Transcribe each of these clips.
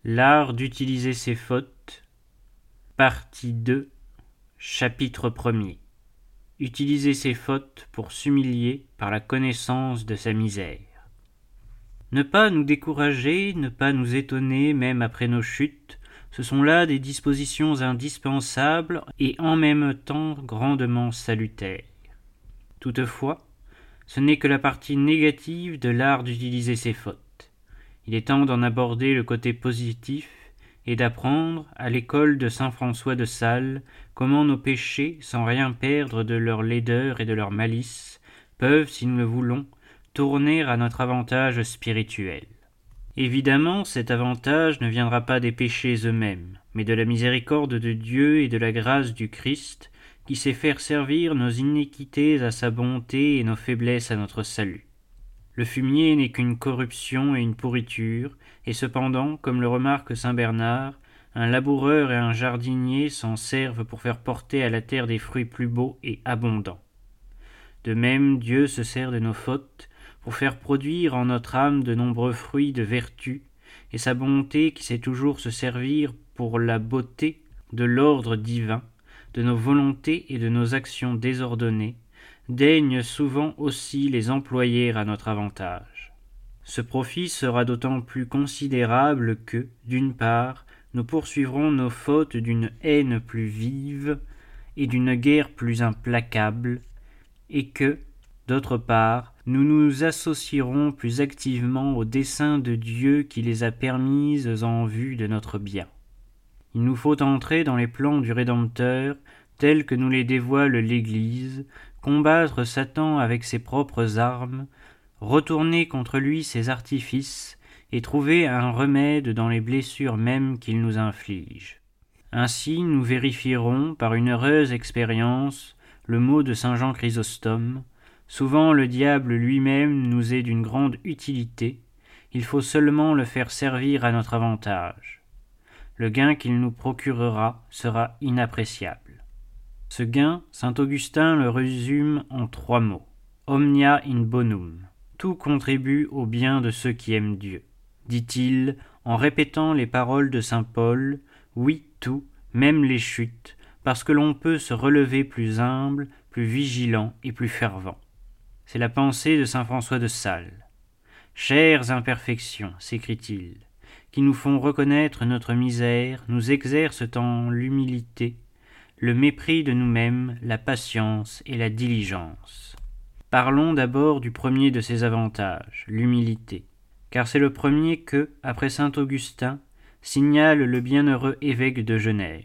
L'art d'utiliser ses fautes, partie 2, chapitre 1er. Utiliser ses fautes pour s'humilier par la connaissance de sa misère. Ne pas nous décourager, ne pas nous étonner même après nos chutes, ce sont là des dispositions indispensables et en même temps grandement salutaires. Toutefois, ce n'est que la partie négative de l'art d'utiliser ses fautes. Il est temps d'en aborder le côté positif et d'apprendre, à l'école de saint François de Sales, comment nos péchés, sans rien perdre de leur laideur et de leur malice, peuvent, si nous le voulons, tourner à notre avantage spirituel. Évidemment, cet avantage ne viendra pas des péchés eux-mêmes, mais de la miséricorde de Dieu et de la grâce du Christ, qui sait faire servir nos iniquités à sa bonté et nos faiblesses à notre salut. Le fumier n'est qu'une corruption et une pourriture, et cependant, comme le remarque saint Bernard, un laboureur et un jardinier s'en servent pour faire porter à la terre des fruits plus beaux et abondants. De même, Dieu se sert de nos fautes pour faire produire en notre âme de nombreux fruits de vertu, et sa bonté qui sait toujours se servir pour la beauté de l'ordre divin, de nos volontés et de nos actions désordonnées, daigne souvent aussi les employer à notre avantage. Ce profit sera d'autant plus considérable que, d'une part, nous poursuivrons nos fautes d'une haine plus vive et d'une guerre plus implacable, et que, d'autre part, nous nous associerons plus activement aux desseins de Dieu qui les a permises en vue de notre bien. Il nous faut entrer dans les plans du Rédempteur, tels que nous les dévoile l'Église, combattre Satan avec ses propres armes, retourner contre lui ses artifices, et trouver un remède dans les blessures mêmes qu'il nous inflige. Ainsi nous vérifierons, par une heureuse expérience, le mot de saint Jean Chrysostome, souvent le diable lui-même nous est d'une grande utilité, il faut seulement le faire servir à notre avantage. Le gain qu'il nous procurera sera inappréciable. Ce gain, saint Augustin le résume en 3 mots. Omnia in bonum. Tout contribue au bien de ceux qui aiment Dieu. Dit-il, en répétant les paroles de saint Paul, oui, tout, même les chutes, parce que l'on peut se relever plus humble, plus vigilant et plus fervent. C'est la pensée de saint François de Sales. Chères imperfections, s'écrie-t-il, qui nous font reconnaître notre misère, nous exercent en l'humilité, le mépris de nous-mêmes, la patience et la diligence. Parlons d'abord du premier de ces avantages, l'humilité, car c'est le premier que, après saint Augustin, signale le bienheureux évêque de Genève.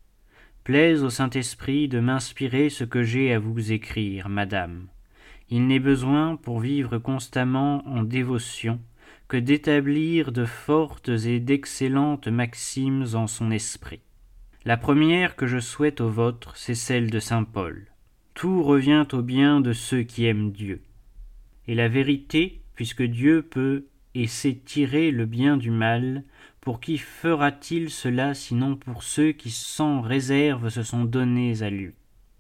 Plaise au Saint-Esprit de m'inspirer ce que j'ai à vous écrire, madame. Il n'est besoin, pour vivre constamment en dévotion, que d'établir de fortes et d'excellentes maximes en son esprit. La première que je souhaite au vôtre, c'est celle de saint Paul. Tout revient au bien de ceux qui aiment Dieu. Et la vérité, puisque Dieu peut et sait tirer le bien du mal, pour qui fera-t-il cela sinon pour ceux qui sans réserve se sont donnés à lui?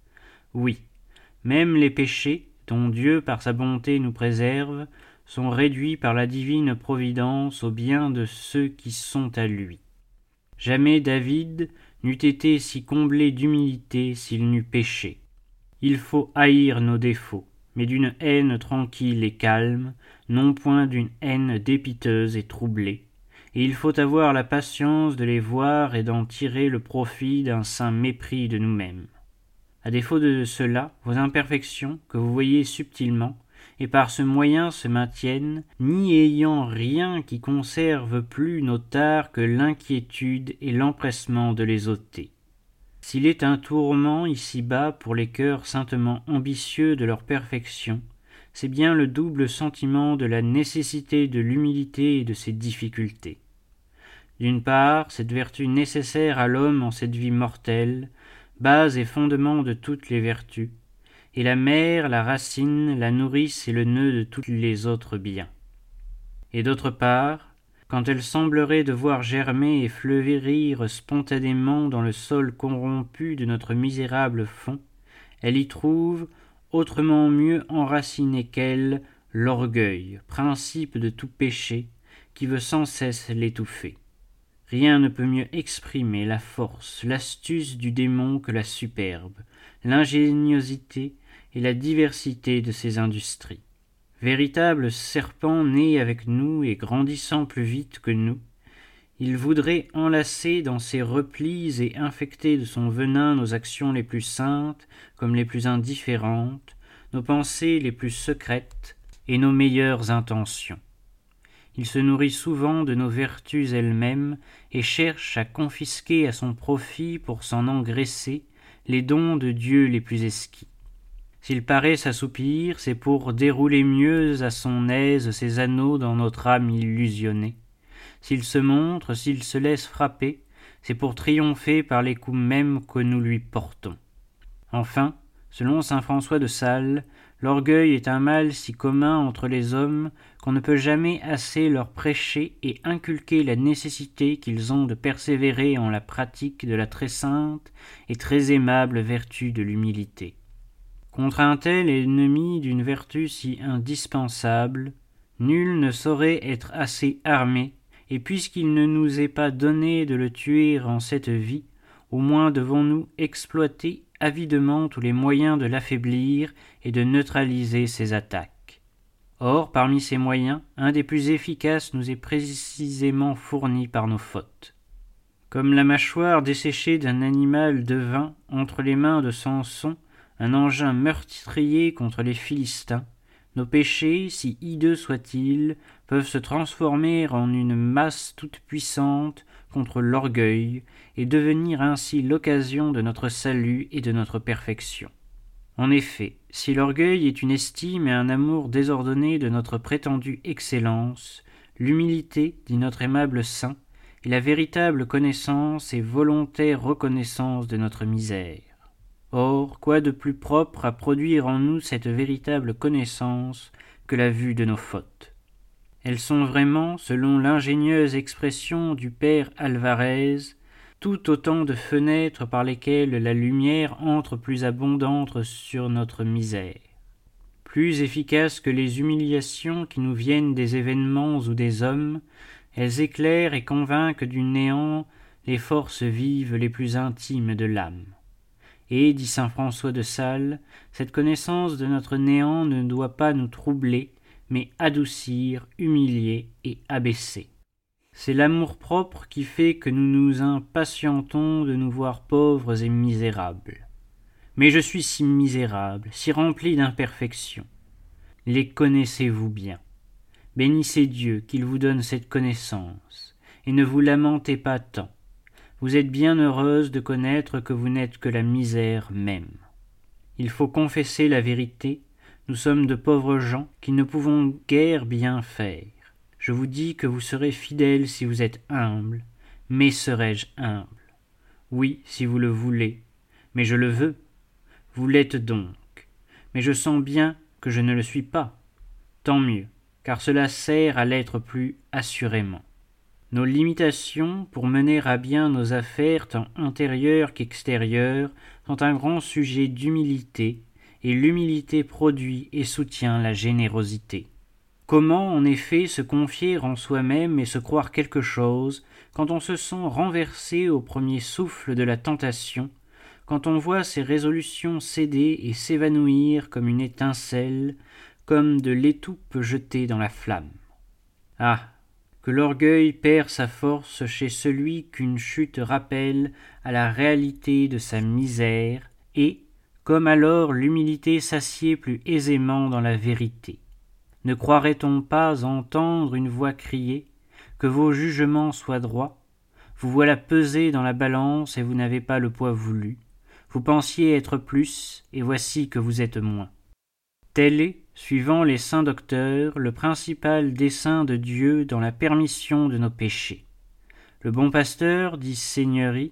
Oui, même les péchés, dont Dieu par sa bonté nous préserve, sont réduits par la divine providence au bien de ceux qui sont à lui. Jamais David n'eût été si comblé d'humilité s'il n'eût péché. Il faut haïr nos défauts, mais d'une haine tranquille et calme, non point d'une haine dépiteuse et troublée, et il faut avoir la patience de les voir et d'en tirer le profit d'un saint mépris de nous-mêmes. À défaut de cela, vos imperfections, que vous voyez subtilement, et par ce moyen se maintiennent, n'y ayant rien qui conserve plus nos tares que l'inquiétude et l'empressement de les ôter. S'il est un tourment ici-bas pour les cœurs saintement ambitieux de leur perfection, c'est bien le double sentiment de la nécessité de l'humilité et de ses difficultés. D'une part, cette vertu nécessaire à l'homme en cette vie mortelle, base et fondement de toutes les vertus, et la mère, la racine, la nourrice et le nœud de tous les autres biens. Et d'autre part, quand elle semblerait devoir germer et fleurir spontanément dans le sol corrompu de notre misérable fond, elle y trouve, autrement mieux enraciné qu'elle, l'orgueil, principe de tout péché, qui veut sans cesse l'étouffer. Rien ne peut mieux exprimer la force, l'astuce du démon que la superbe, l'ingéniosité et la diversité de ses industries. Véritable serpent né avec nous et grandissant plus vite que nous, il voudrait enlacer dans ses replis et infecter de son venin nos actions les plus saintes comme les plus indifférentes, nos pensées les plus secrètes et nos meilleures intentions. Il se nourrit souvent de nos vertus elles-mêmes et cherche à confisquer à son profit pour s'en engraisser les dons de Dieu les plus exquis. S'il paraît s'assoupir, c'est pour dérouler mieux à son aise ses anneaux dans notre âme illusionnée. S'il se montre, s'il se laisse frapper, c'est pour triompher par les coups mêmes que nous lui portons. Enfin, selon saint François de Sales, l'orgueil est un mal si commun entre les hommes qu'on ne peut jamais assez leur prêcher et inculquer la nécessité qu'ils ont de persévérer en la pratique de la très sainte et très aimable vertu de l'humilité. Contre un tel ennemi d'une vertu si indispensable, nul ne saurait être assez armé, et puisqu'il ne nous est pas donné de le tuer en cette vie, au moins devons-nous exploiter avidement tous les moyens de l'affaiblir et de neutraliser ses attaques. Or, parmi ces moyens, un des plus efficaces nous est précisément fourni par nos fautes. Comme la mâchoire desséchée d'un animal devint, entre les mains de Samson, un engin meurtrier contre les Philistins, nos péchés, si hideux soient-ils, peuvent se transformer en une masse toute puissante contre l'orgueil et devenir ainsi l'occasion de notre salut et de notre perfection. En effet, si l'orgueil est une estime et un amour désordonné de notre prétendue excellence, l'humilité, dit notre aimable saint, est la véritable connaissance et volontaire reconnaissance de notre misère. Or, quoi de plus propre à produire en nous cette véritable connaissance que la vue de nos fautes? Elles sont vraiment, selon l'ingénieuse expression du père Alvarez, tout autant de fenêtres par lesquelles la lumière entre plus abondante sur notre misère. Plus efficaces que les humiliations qui nous viennent des événements ou des hommes, elles éclairent et convainquent du néant les forces vives les plus intimes de l'âme. Et, dit saint François de Sales, cette connaissance de notre néant ne doit pas nous troubler, mais adoucir, humilier et abaisser. C'est l'amour-propre qui fait que nous nous impatientons de nous voir pauvres et misérables. Mais je suis si misérable, si rempli d'imperfections. Les connaissez-vous bien? Bénissez Dieu qu'il vous donne cette connaissance, et ne vous lamentez pas tant. Vous êtes bien heureuse de connaître que vous n'êtes que la misère même. Il faut confesser la vérité, nous sommes de pauvres gens qui ne pouvons guère bien faire. Je vous dis que vous serez fidèle si vous êtes humble, mais serai-je humble? Oui, si vous le voulez, mais je le veux. Vous l'êtes donc, mais je sens bien que je ne le suis pas. Tant mieux, car cela sert à l'être plus assurément. Nos limitations pour mener à bien nos affaires tant intérieures qu'extérieures sont un grand sujet d'humilité, et l'humilité produit et soutient la générosité. Comment en effet se confier en soi-même et se croire quelque chose quand on se sent renversé au premier souffle de la tentation, quand on voit ses résolutions céder et s'évanouir comme une étincelle, comme de l'étoupe jetée dans la flamme? Ah, que l'orgueil perd sa force chez celui qu'une chute rappelle à la réalité de sa misère, et, comme alors l'humilité s'assied plus aisément dans la vérité. Ne croirait-on pas entendre une voix crier « Que vos jugements soient droits » Vous voilà pesé dans la balance et vous n'avez pas le poids voulu. Vous pensiez être plus, et voici que vous êtes moins. Tel est, suivant les saints docteurs, le principal dessein de Dieu dans la permission de nos péchés. Le bon pasteur, dit Seigneurie,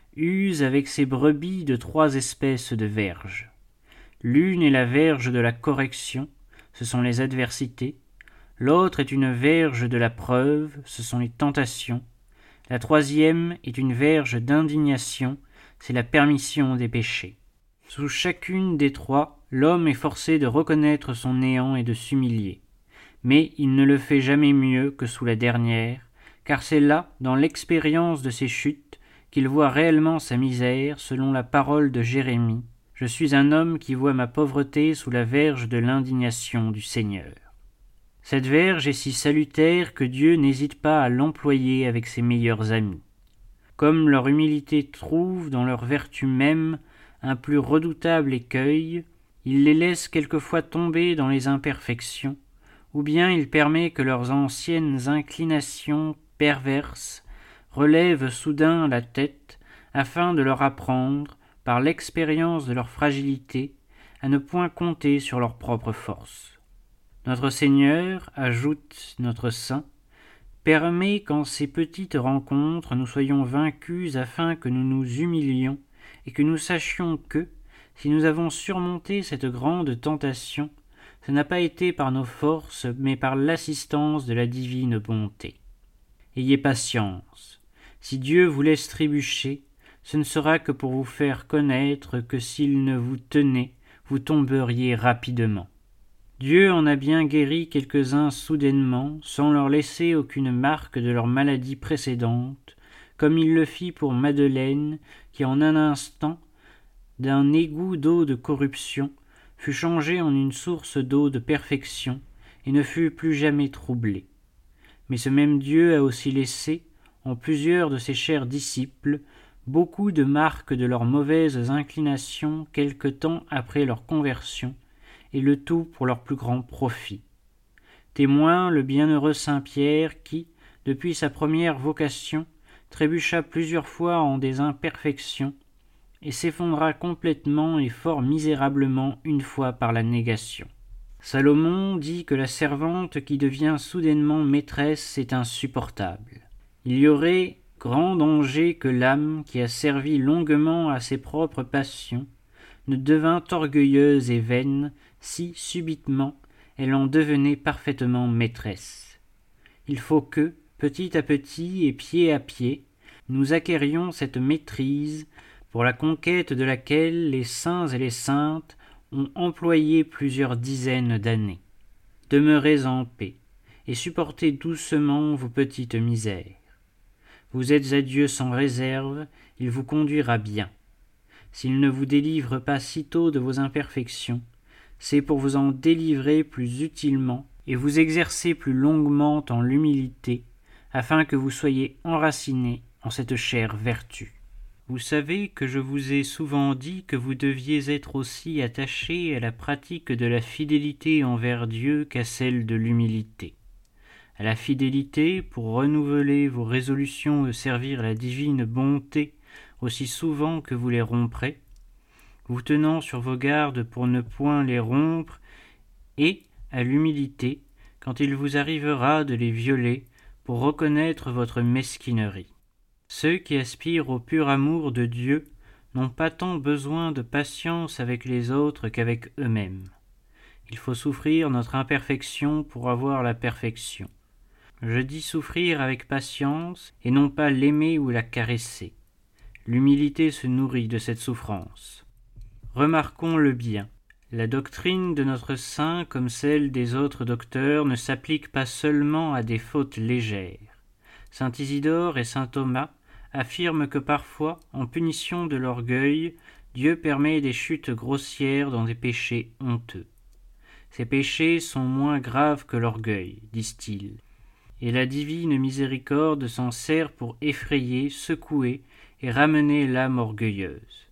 use avec ses brebis de 3 espèces de verges. L'une est la verge de la correction, ce sont les adversités. L'autre est une verge de la preuve, ce sont les tentations. La 3e est une verge d'indignation, c'est la permission des péchés. Sous chacune des 3, l'homme est forcé de reconnaître son néant et de s'humilier. Mais il ne le fait jamais mieux que sous la dernière, car c'est là, dans l'expérience de ces chutes, qu'il voit réellement sa misère, selon la parole de Jérémie. Je suis un homme qui voit ma pauvreté sous la verge de l'indignation du Seigneur. Cette verge est si salutaire que Dieu n'hésite pas à l'employer avec ses meilleurs amis. Comme leur humilité trouve dans leur vertu même un plus redoutable écueil, il les laisse quelquefois tomber dans les imperfections, ou bien il permet que leurs anciennes inclinations perverses relèvent soudain la tête, afin de leur apprendre, par l'expérience de leur fragilité, à ne point compter sur leur propre force. Notre Seigneur, ajoute notre Saint, permet qu'en ces petites rencontres nous soyons vaincus afin que nous nous humilions et que nous sachions que, si nous avons surmonté cette grande tentation, ce n'a pas été par nos forces, mais par l'assistance de la divine bonté. Ayez patience. Si Dieu vous laisse trébucher, ce ne sera que pour vous faire connaître que s'il ne vous tenait, vous tomberiez rapidement. Dieu en a bien guéri quelques-uns soudainement, sans leur laisser aucune marque de leur maladie précédente, comme il le fit pour Madeleine, qui en un instant, d'un égout d'eau de corruption, fut changée en une source d'eau de perfection, et ne fut plus jamais troublée. Mais ce même Dieu a aussi laissé, en plusieurs de ses chers disciples, beaucoup de marques de leurs mauvaises inclinations quelque temps après leur conversion, et le tout pour leur plus grand profit. Témoin le bienheureux saint Pierre qui, depuis sa première vocation, trébucha plusieurs fois en des imperfections, et s'effondra complètement et fort misérablement une fois par la négation. Salomon dit que la servante qui devient soudainement maîtresse est insupportable. Il y aurait grand danger que l'âme, qui a servi longuement à ses propres passions, ne devint orgueilleuse et vaine si, subitement, elle en devenait parfaitement maîtresse. Il faut que, petit à petit et pied à pied, nous acquérions cette maîtrise pour la conquête de laquelle les saints et les saintes ont employé plusieurs dizaines d'années. Demeurez en paix et supportez doucement vos petites misères. Vous êtes à Dieu sans réserve, il vous conduira bien. S'il ne vous délivre pas sitôt de vos imperfections, c'est pour vous en délivrer plus utilement et vous exercer plus longuement en l'humilité, afin que vous soyez enracinés en cette chère vertu. Vous savez que je vous ai souvent dit que vous deviez être aussi attachés à la pratique de la fidélité envers Dieu qu'à celle de l'humilité. À la fidélité pour renouveler vos résolutions de servir la divine bonté aussi souvent que vous les romprez, vous tenant sur vos gardes pour ne point les rompre, et à l'humilité, quand il vous arrivera de les violer, pour reconnaître votre mesquinerie. Ceux qui aspirent au pur amour de Dieu n'ont pas tant besoin de patience avec les autres qu'avec eux-mêmes. Il faut souffrir notre imperfection pour avoir la perfection. Je dis souffrir avec patience, et non pas l'aimer ou la caresser. L'humilité se nourrit de cette souffrance. Remarquons-le bien, la doctrine de notre saint comme celle des autres docteurs ne s'applique pas seulement à des fautes légères. Saint Isidore et saint Thomas affirment que parfois, en punition de l'orgueil, Dieu permet des chutes grossières dans des péchés honteux. Ces péchés sont moins graves que l'orgueil, disent-ils, et la divine miséricorde s'en sert pour effrayer, secouer et ramener l'âme orgueilleuse.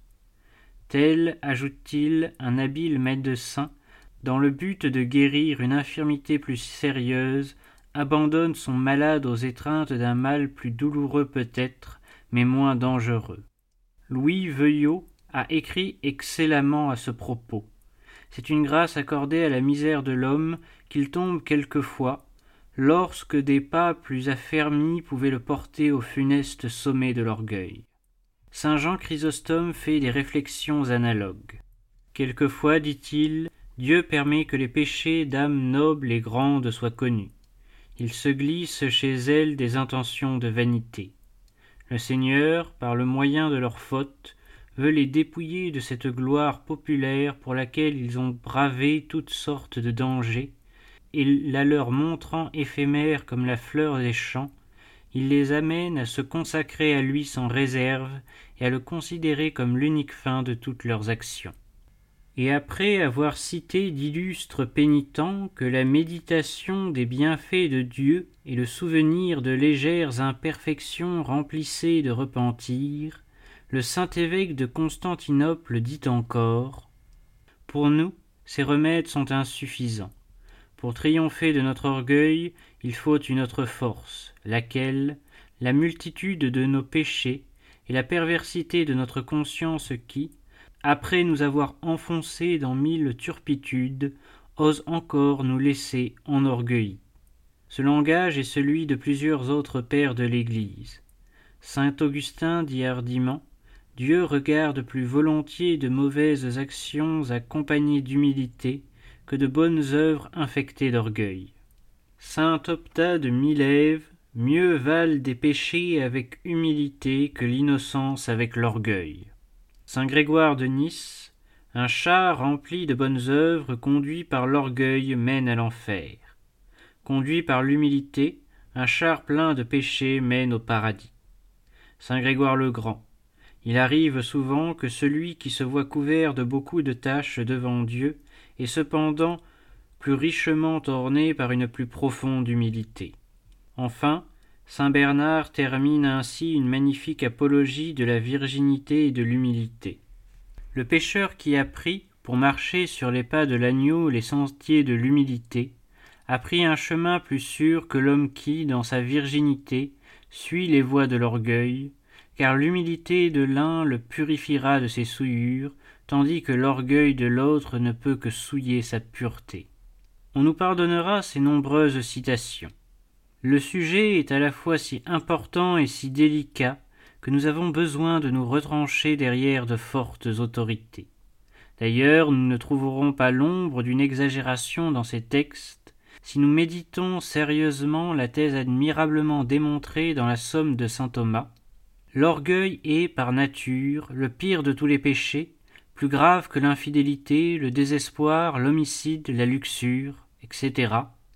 Tel, ajoute-t-il, un habile médecin, dans le but de guérir une infirmité plus sérieuse, abandonne son malade aux étreintes d'un mal plus douloureux peut-être, mais moins dangereux. Louis Veuillot a écrit excellemment à ce propos. C'est une grâce accordée à la misère de l'homme qu'il tombe quelquefois, lorsque des pas plus affermis pouvaient le porter au funeste sommet de l'orgueil. Saint Jean Chrysostome fait des réflexions analogues. Quelquefois, dit-il, Dieu permet que les péchés d'âmes nobles et grandes soient connus. Il se glisse chez elles des intentions de vanité. Le Seigneur, par le moyen de leurs fautes, veut les dépouiller de cette gloire populaire pour laquelle ils ont bravé toutes sortes de dangers, et la leur montrant éphémère comme la fleur des champs, il les amène à se consacrer à lui sans réserve et à le considérer comme l'unique fin de toutes leurs actions. Et après avoir cité d'illustres pénitents que la méditation des bienfaits de Dieu et le souvenir de légères imperfections remplissaient de repentir, le saint évêque de Constantinople dit encore : « Pour nous, ces remèdes sont insuffisants. Pour triompher de notre orgueil, il faut une autre force, laquelle, la multitude de nos péchés et la perversité de notre conscience qui, après nous avoir enfoncés dans 1000 turpitudes, ose encore nous laisser enorgueillis. » Ce langage est celui de plusieurs autres pères de l'Église. Saint Augustin dit hardiment : « Dieu regarde plus volontiers de mauvaises actions accompagnées d'humilité que de bonnes œuvres infectées d'orgueil. » Saint Optat de Milève : « Mieux valent des péchés avec humilité que l'innocence avec l'orgueil. » Saint Grégoire de Nice : « Un char rempli de bonnes œuvres conduit par l'orgueil mène à l'enfer. Conduit par l'humilité, un char plein de péchés mène au paradis. » Saint Grégoire le Grand : « Il arrive souvent que celui qui se voit couvert de beaucoup de tâches devant Dieu est cependant plus richement orné par une plus profonde humilité. » Enfin, saint Bernard termine ainsi une magnifique apologie de la virginité et de l'humilité. Le pécheur qui a pris, pour marcher sur les pas de l'agneau, les sentiers de l'humilité, a pris un chemin plus sûr que l'homme qui, dans sa virginité, suit les voies de l'orgueil, car l'humilité de l'un le purifiera de ses souillures, tandis que l'orgueil de l'autre ne peut que souiller sa pureté. On nous pardonnera ces nombreuses citations. Le sujet est à la fois si important et si délicat que nous avons besoin de nous retrancher derrière de fortes autorités. D'ailleurs, nous ne trouverons pas l'ombre d'une exagération dans ces textes si nous méditons sérieusement la thèse admirablement démontrée dans la Somme de saint Thomas. L'orgueil est, par nature, le pire de tous les péchés, plus grave que l'infidélité, le désespoir, l'homicide, la luxure, etc.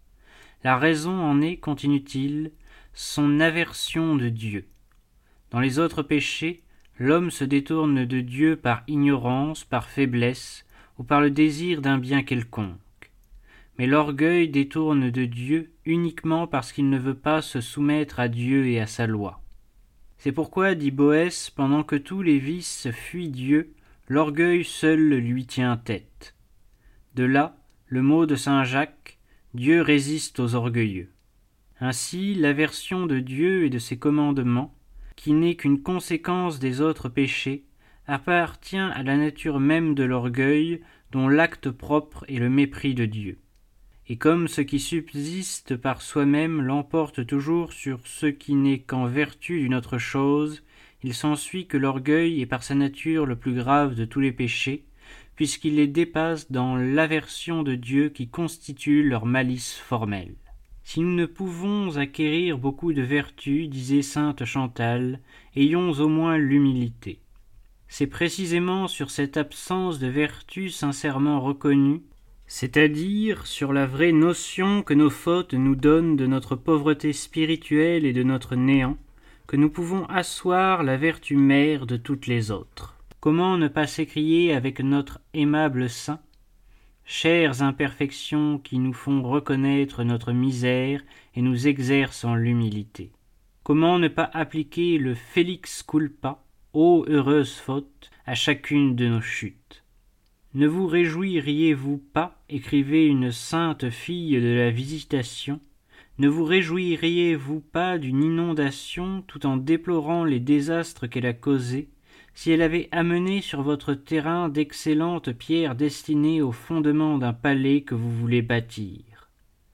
La raison en est, continue-t-il, son aversion de Dieu. Dans les autres péchés, l'homme se détourne de Dieu par ignorance, par faiblesse, ou par le désir d'un bien quelconque. Mais l'orgueil détourne de Dieu uniquement parce qu'il ne veut pas se soumettre à Dieu et à sa loi. C'est pourquoi, dit Boès, pendant que tous les vices fuient Dieu, l'orgueil seul lui tient tête. De là, le mot de saint Jacques, Dieu résiste aux orgueilleux. Ainsi, l'aversion de Dieu et de ses commandements, qui n'est qu'une conséquence des autres péchés, appartient à la nature même de l'orgueil, dont l'acte propre est le mépris de Dieu. Et comme ce qui subsiste par soi-même l'emporte toujours sur ce qui n'est qu'en vertu d'une autre chose, il s'ensuit que l'orgueil est par sa nature le plus grave de tous les péchés, puisqu'il les dépasse dans l'aversion de Dieu qui constitue leur malice formelle. Si nous ne pouvons acquérir beaucoup de vertus, disait sainte Chantal, ayons au moins l'humilité. C'est précisément sur cette absence de vertu sincèrement reconnue, c'est-à-dire sur la vraie notion que nos fautes nous donnent de notre pauvreté spirituelle et de notre néant, que nous pouvons asseoir la vertu mère de toutes les autres. Comment ne pas s'écrier avec notre aimable saint : chères imperfections qui nous font reconnaître notre misère et nous exercent en l'humilité. Comment ne pas appliquer le Felix culpa, ô heureuse faute, à chacune de nos chutes. Ne vous réjouiriez-vous pas, écrivait une sainte fille de la Visitation, ne vous réjouiriez-vous pas d'une inondation tout en déplorant les désastres qu'elle a causés, si elle avait amené sur votre terrain d'excellentes pierres destinées au fondement d'un palais que vous voulez bâtir.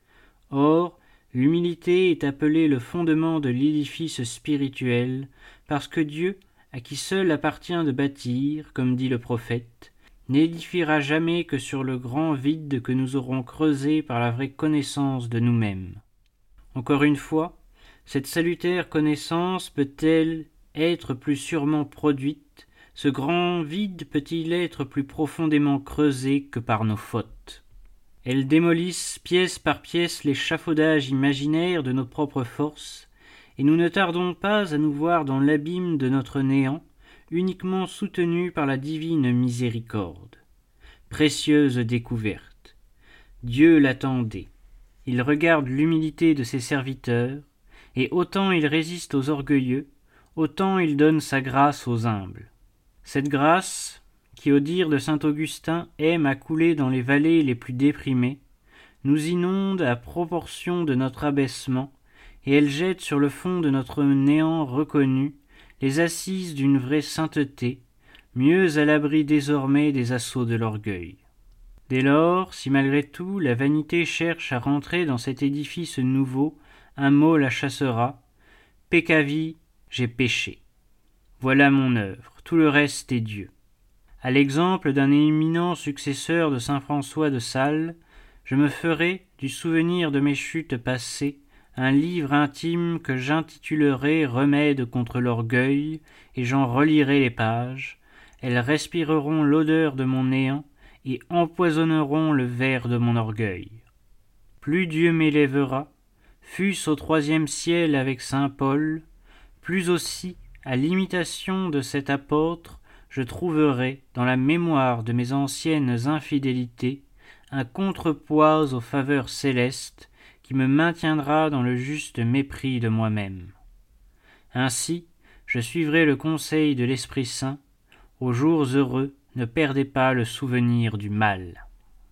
Or, l'humilité est appelée le fondement de l'édifice spirituel, parce que Dieu, à qui seul appartient de bâtir, comme dit le prophète, n'édifiera jamais que sur le grand vide que nous aurons creusé par la vraie connaissance de nous-mêmes. Encore une fois, cette salutaire connaissance peut-elle être plus sûrement produite, ce grand vide peut-il être plus profondément creusé que par nos fautes. Elles démolissent pièce par pièce l'échafaudage imaginaire de nos propres forces, et nous ne tardons pas à nous voir dans l'abîme de notre néant, uniquement soutenus par la divine miséricorde. Précieuse découverte. Dieu l'attendait. Il regarde l'humilité de ses serviteurs, et autant il résiste aux orgueilleux, autant il donne sa grâce aux humbles. Cette grâce, qui au dire de saint Augustin aime à couler dans les vallées les plus déprimées, nous inonde à proportion de notre abaissement, et elle jette sur le fond de notre néant reconnu les assises d'une vraie sainteté, mieux à l'abri désormais des assauts de l'orgueil. Dès lors, si malgré tout la vanité cherche à rentrer dans cet édifice nouveau, un mot la chassera. Peccavi, j'ai péché. Voilà mon œuvre, tout le reste est Dieu. À l'exemple d'un éminent successeur de saint François de Sales, je me ferai, du souvenir de mes chutes passées, un livre intime que j'intitulerai « Remède contre l'orgueil », et j'en relirai les pages. Elles respireront l'odeur de mon néant et empoisonneront le verre de mon orgueil. Plus Dieu m'élèvera, fût-ce au 3e ciel avec saint Paul, plus aussi, à l'imitation de cet apôtre, je trouverai, dans la mémoire de mes anciennes infidélités, un contrepoids aux faveurs célestes qui me maintiendra dans le juste mépris de moi-même. Ainsi, je suivrai le conseil de l'Esprit Saint. Aux jours heureux, ne perdez pas le souvenir du mal.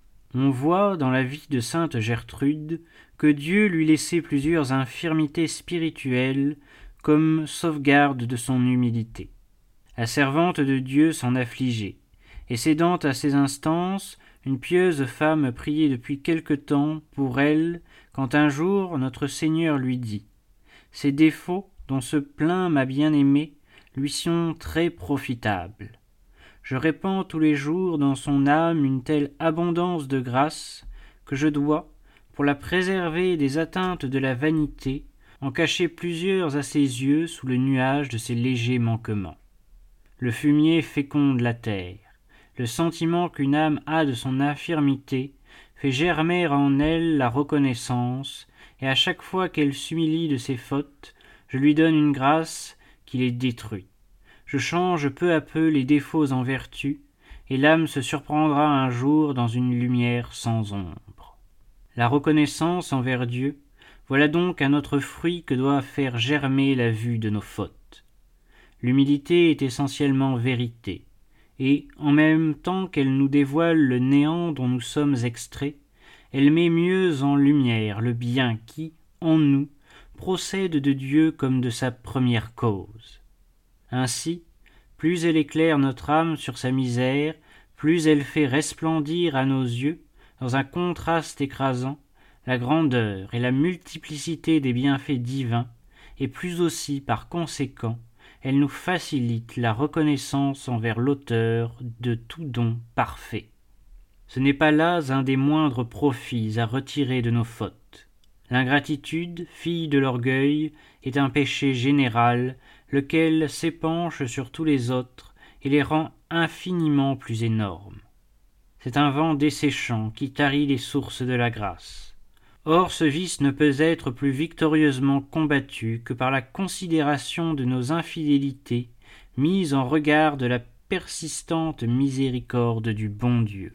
On voit dans la vie de sainte Gertrude que Dieu lui laissait plusieurs infirmités spirituelles comme sauvegarde de son humilité. La servante de Dieu s'en affligeait, et cédant à ses instances, une pieuse femme priait depuis quelque temps pour elle, quand un jour notre Seigneur lui dit « Ces défauts dont se plaint ma bien-aimée lui sont très profitables. Je répands tous les jours dans son âme une telle abondance de grâce que je dois, pour la préserver des atteintes de la vanité, en cacher plusieurs à ses yeux sous le nuage de ses légers manquements. Le fumier féconde la terre. Le sentiment qu'une âme a de son infirmité fait germer en elle la reconnaissance, et à chaque fois qu'elle s'humilie de ses fautes, je lui donne une grâce qui les détruit. Je change peu à peu les défauts en vertus, et l'âme se surprendra un jour dans une lumière sans ombre. La reconnaissance envers Dieu, voilà donc un autre fruit que doit faire germer la vue de nos fautes. L'humilité est essentiellement vérité, et, en même temps qu'elle nous dévoile le néant dont nous sommes extraits, elle met mieux en lumière le bien qui, en nous, procède de Dieu comme de sa première cause. Ainsi, plus elle éclaire notre âme sur sa misère, plus elle fait resplendir à nos yeux, dans un contraste écrasant, la grandeur et la multiplicité des bienfaits divins, et plus aussi, par conséquent, elle nous facilite la reconnaissance envers l'auteur de tout don parfait. Ce n'est pas là un des moindres profits à retirer de nos fautes. L'ingratitude, fille de l'orgueil, est un péché général, lequel s'épanche sur tous les autres et les rend infiniment plus énormes. C'est un vent desséchant qui tarit les sources de la grâce. Or ce vice ne peut être plus victorieusement combattu que par la considération de nos infidélités mises en regard de la persistante miséricorde du bon Dieu.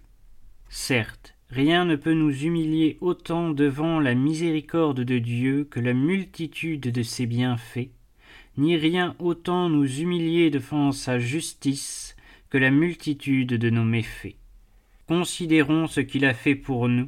Certes, rien ne peut nous humilier autant devant la miséricorde de Dieu que la multitude de ses bienfaits, ni rien autant nous humilier devant sa justice que la multitude de nos méfaits. Considérons ce qu'il a fait pour nous,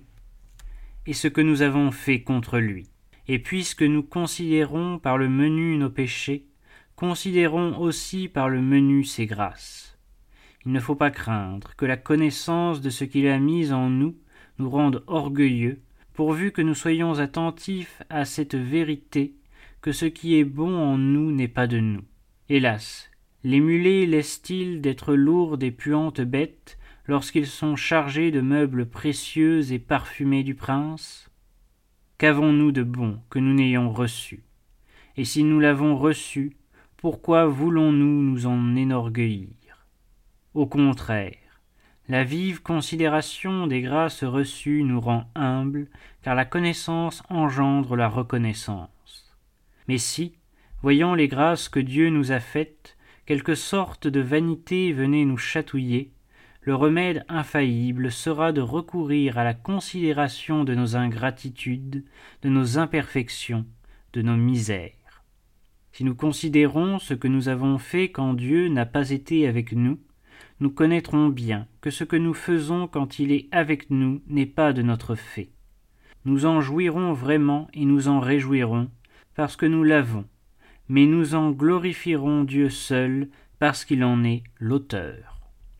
et ce que nous avons fait contre lui. Et puisque nous considérons par le menu nos péchés, considérons aussi par le menu ses grâces. Il ne faut pas craindre que la connaissance de ce qu'il a mis en nous rende orgueilleux, pourvu que nous soyons attentifs à cette vérité, que ce qui est bon en nous n'est pas de nous. Hélas, les mulets laissent-ils d'être lourdes et puantes bêtes, lorsqu'ils sont chargés de meubles précieux et parfumés du prince? Qu'avons-nous de bon que nous n'ayons reçu? Et si nous l'avons reçu, pourquoi voulons-nous nous en enorgueillir? Au contraire, la vive considération des grâces reçues nous rend humbles, car la connaissance engendre la reconnaissance. Mais si, voyant les grâces que Dieu nous a faites, quelque sorte de vanité venait nous chatouiller, le remède infaillible sera de recourir à la considération de nos ingratitudes, de nos imperfections, de nos misères. Si nous considérons ce que nous avons fait quand Dieu n'a pas été avec nous, nous connaîtrons bien que ce que nous faisons quand il est avec nous n'est pas de notre fait. Nous en jouirons vraiment et nous en réjouirons, parce que nous l'avons, mais nous en glorifierons Dieu seul, parce qu'il en est l'auteur.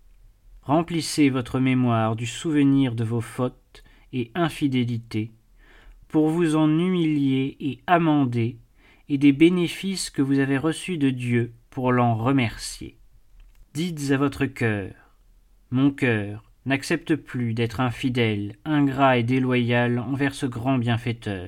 Remplissez votre mémoire du souvenir de vos fautes et infidélités, pour vous en humilier et amender, et des bénéfices que vous avez reçus de Dieu pour l'en remercier. Dites à votre cœur, mon cœur n'accepte plus d'être infidèle, ingrat et déloyal envers ce grand bienfaiteur.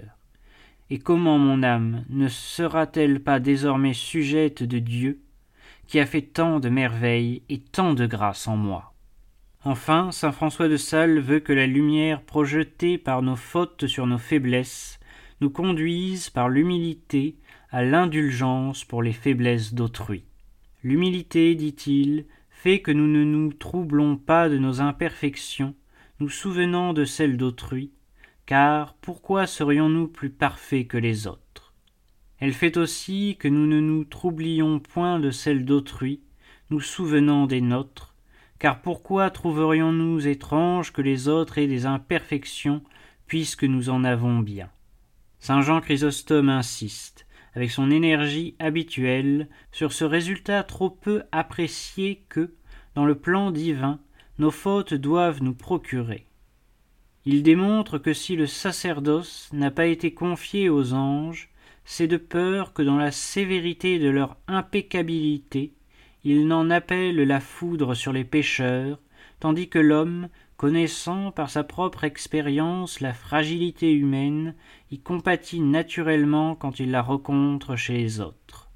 Et comment mon âme ne sera-t-elle pas désormais sujette de Dieu, qui a fait tant de merveilles et tant de grâce en moi? Enfin, saint François de Sales veut que la lumière projetée par nos fautes sur nos faiblesses nous conduise par l'humilité à l'indulgence pour les faiblesses d'autrui. L'humilité, dit-il, fait que nous ne nous troublons pas de nos imperfections, nous souvenant de celles d'autrui, car pourquoi serions-nous plus parfaits que les autres? Elle fait aussi que nous ne nous troublions point de celles d'autrui, nous souvenant des nôtres, car pourquoi trouverions-nous étrange que les autres aient des imperfections, puisque nous en avons bien? Saint Jean Chrysostome insiste, avec son énergie habituelle, sur ce résultat trop peu apprécié que, dans le plan divin, nos fautes doivent nous procurer. Il démontre que si le sacerdoce n'a pas été confié aux anges, c'est de peur que dans la sévérité de leur impeccabilité, ils n'en appellent la foudre sur les pécheurs, tandis que l'homme, connaissant par sa propre expérience la fragilité humaine, y compatit naturellement quand il la rencontre chez les autres.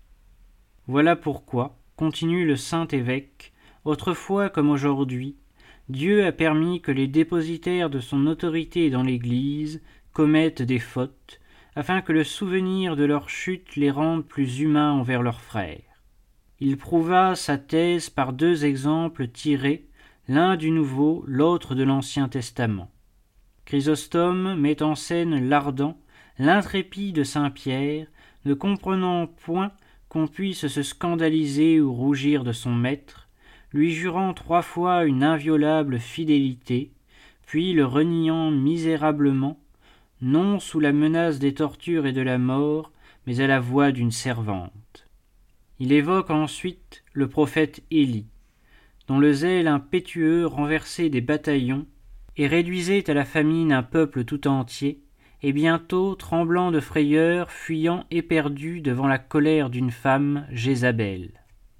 Voilà pourquoi, continue le saint évêque, autrefois comme aujourd'hui, Dieu a permis que les dépositaires de son autorité dans l'Église commettent des fautes, afin que le souvenir de leur chute les rende plus humains envers leurs frères. Il prouva sa thèse par deux exemples tirés, l'un du Nouveau, l'autre de l'Ancien Testament. Chrysostome met en scène l'ardent, l'intrépide Saint-Pierre, ne comprenant point qu'on puisse se scandaliser ou rougir de son maître, lui jurant 3 fois une inviolable fidélité, puis le reniant misérablement, non sous la menace des tortures et de la mort, mais à la voix d'une servante. Il évoque ensuite le prophète Élie, dont le zèle impétueux renversait des bataillons et réduisait à la famine un peuple tout entier, et bientôt, tremblant de frayeur, fuyant éperdu devant la colère d'une femme, Jézabel.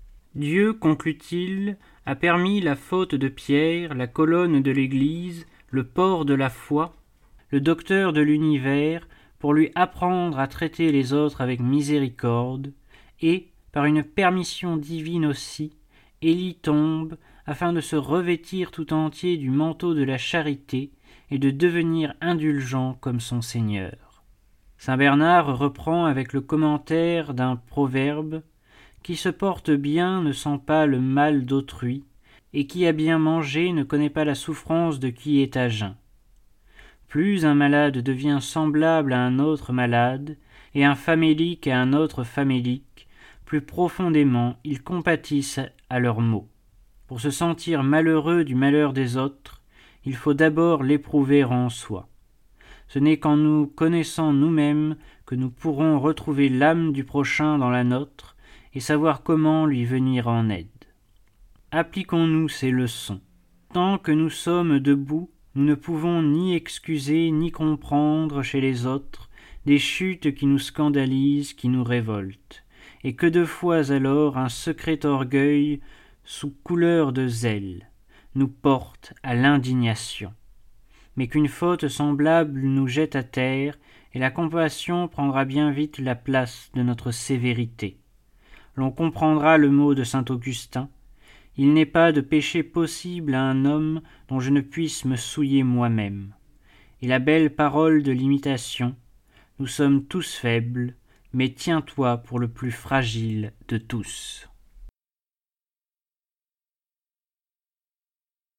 Dieu, conclut-il, a permis la faute de Pierre, la colonne de l'Église, le port de la foi, le docteur de l'univers, pour lui apprendre à traiter les autres avec miséricorde, et, par une permission divine aussi, Élie tombe, afin de se revêtir tout entier du manteau de la charité et de devenir indulgent comme son Seigneur. Saint Bernard reprend avec le commentaire d'un proverbe « Qui se porte bien ne sent pas le mal d'autrui, et qui a bien mangé ne connaît pas la souffrance de qui est à jeun. Plus un malade devient semblable à un autre malade, et un famélique à un autre famélique, plus profondément ils compatissent à leurs maux. Pour se sentir malheureux du malheur des autres, il faut d'abord l'éprouver en soi. Ce n'est qu'en nous connaissant nous-mêmes que nous pourrons retrouver l'âme du prochain dans la nôtre et savoir comment lui venir en aide. Appliquons-nous ces leçons. Tant que nous sommes debout, nous ne pouvons ni excuser ni comprendre chez les autres des chutes qui nous scandalisent, qui nous révoltent, et que de fois alors un secret orgueil, sous couleur de zèle, nous porte à l'indignation, mais qu'une faute semblable nous jette à terre, et la compassion prendra bien vite la place de notre sévérité. L'on comprendra le mot de saint Augustin, « Il n'est pas de péché possible à un homme dont je ne puisse me souiller moi-même. » Et la belle parole de l'imitation, « Nous sommes tous faibles, mais tiens-toi pour le plus fragile de tous.